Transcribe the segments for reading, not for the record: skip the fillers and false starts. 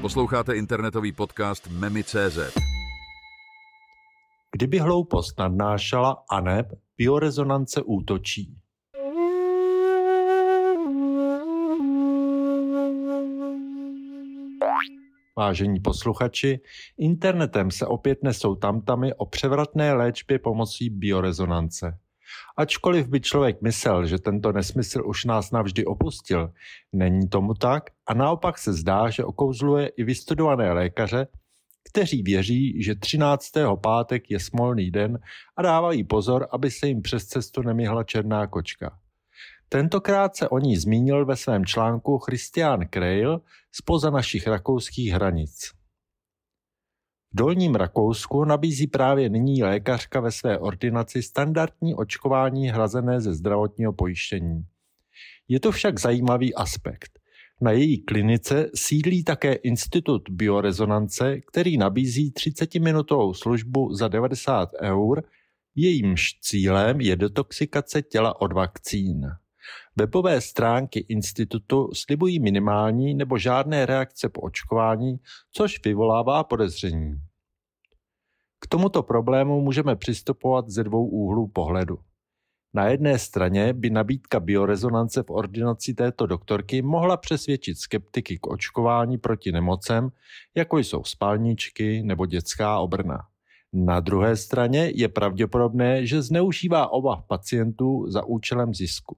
Posloucháte internetový podcast Memi.cz. Kdyby hloupost nadnášela aneb, biorezonance útočí. Vážení posluchači, internetem se opět nesou tamtamy o převratné léčbě pomocí biorezonance. Ačkoliv by člověk myslel, že tento nesmysl už nás navždy opustil, není tomu tak a naopak se zdá, že okouzluje i vystudované lékaře, kteří věří, že 13. pátek je smolný den a dávají pozor, aby se jim přes cestu nemihla černá kočka. Tentokrát se o ní zmínil ve svém článku Christian Kreil zpoza našich rakouských hranic. V Dolním Rakousku nabízí právě nyní lékařka ve své ordinaci standardní očkování hrazené ze zdravotního pojištění. Je to však zajímavý aspekt. Na její klinice sídlí také Institut biorezonance, který nabízí 30-minutovou službu za 90 €, jejímž cílem je detoxikace těla od vakcín. Webové stránky institutu slibují minimální nebo žádné reakce po očkování, což vyvolává podezření. K tomuto problému můžeme přistupovat ze dvou úhlů pohledu. Na jedné straně by nabídka biorezonance v ordinaci této doktorky mohla přesvědčit skeptiky k očkování proti nemocem, jako jsou spalničky nebo dětská obrna. Na druhé straně je pravděpodobné, že zneužívá obav pacientů za účelem zisku.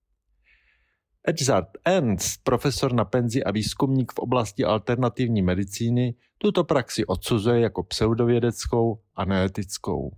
Edzard Ernst, profesor na penzi a výzkumník v oblasti alternativní medicíny, tuto praxi odsuzuje jako pseudovědeckou a neetickou.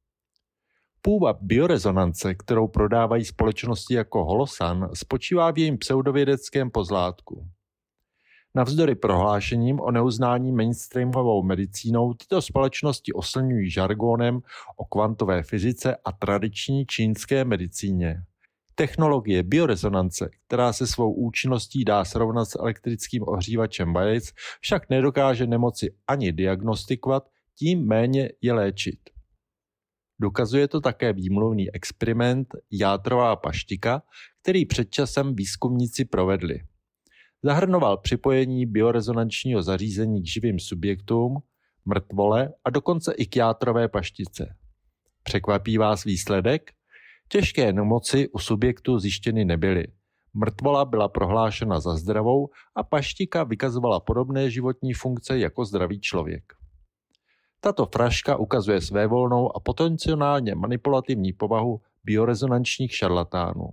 Půvab biorezonance, kterou prodávají společnosti jako Holosan, spočívá v jejím pseudovědeckém pozlátku. Navzdory prohlášením o neuznání mainstreamovou medicínou tyto společnosti oslňují žargonem o kvantové fyzice a tradiční čínské medicíně. Technologie biorezonance, která se svou účinností dá srovnat s elektrickým ohřívačem vajec, však nedokáže nemoci ani diagnostikovat, tím méně je léčit. Dokazuje to také výmluvný experiment játrová paštika, který před časem výzkumníci provedli. Zahrnoval připojení biorezonančního zařízení k živým subjektům, mrtvole a dokonce i k játrové paštice. Překvapí vás výsledek? Těžké nemoci u subjektu zjištěny nebyly. Mrtvola byla prohlášena za zdravou a paštika vykazovala podobné životní funkce jako zdravý člověk. Tato fraška ukazuje svévolnou a potenciálně manipulativní povahu biorezonančních šarlatánů.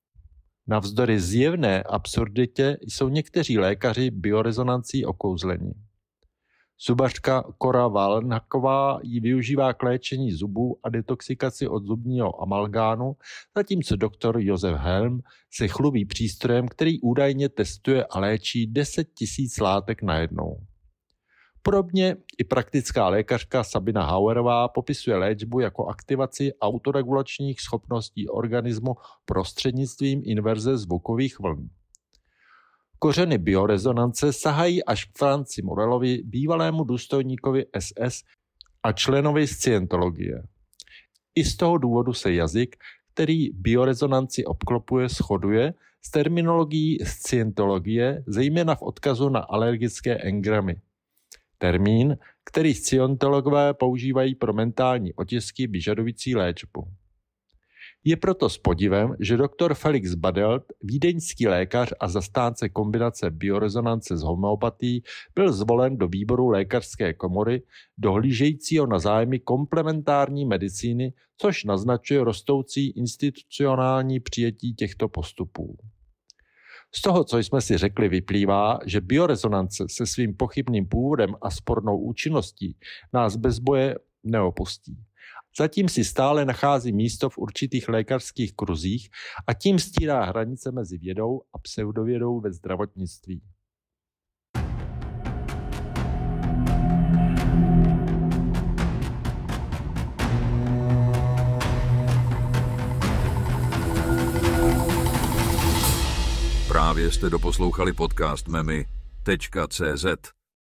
Navzdory zjevné absurditě jsou někteří lékaři biorezonancí okouzleni. Zubařka Cora Wallenhacková ji využívá k léčení zubů a detoxikaci od zubního amalgánu, zatímco doktor Josef Helm se chlubí přístrojem, který údajně testuje a léčí 10 000 látek najednou. Podobně i praktická lékařka Sabina Hauerová popisuje léčbu jako aktivaci autoregulačních schopností organismu prostřednictvím inverze zvukových vln. Kořeny biorezonance sahají až k Franci Morelovi, bývalému důstojníkovi SS a členovi scientologie. I z toho důvodu se jazyk, který biorezonanci obklopuje, shoduje s terminologií scientologie, zejména v odkazu na alergické engramy. Termín, který scientologové používají pro mentální otisky vyžadující léčbu. Je proto s podivem, že doktor Felix Badelt, vídeňský lékař a zastánce kombinace biorezonance s homeopatií, byl zvolen do výboru lékařské komory, dohlížejícího na zájmy komplementární medicíny, což naznačuje rostoucí institucionální přijetí těchto postupů. Z toho, co jsme si řekli, vyplývá, že biorezonance se svým pochybným původem a spornou účinností nás bez boje neopustí. Zatím si stále nachází místo v určitých lékařských kruzích a tím stírá hranice mezi vědou a pseudovědou ve zdravotnictví. Právě jste doposlouchali podcast Memi.cz.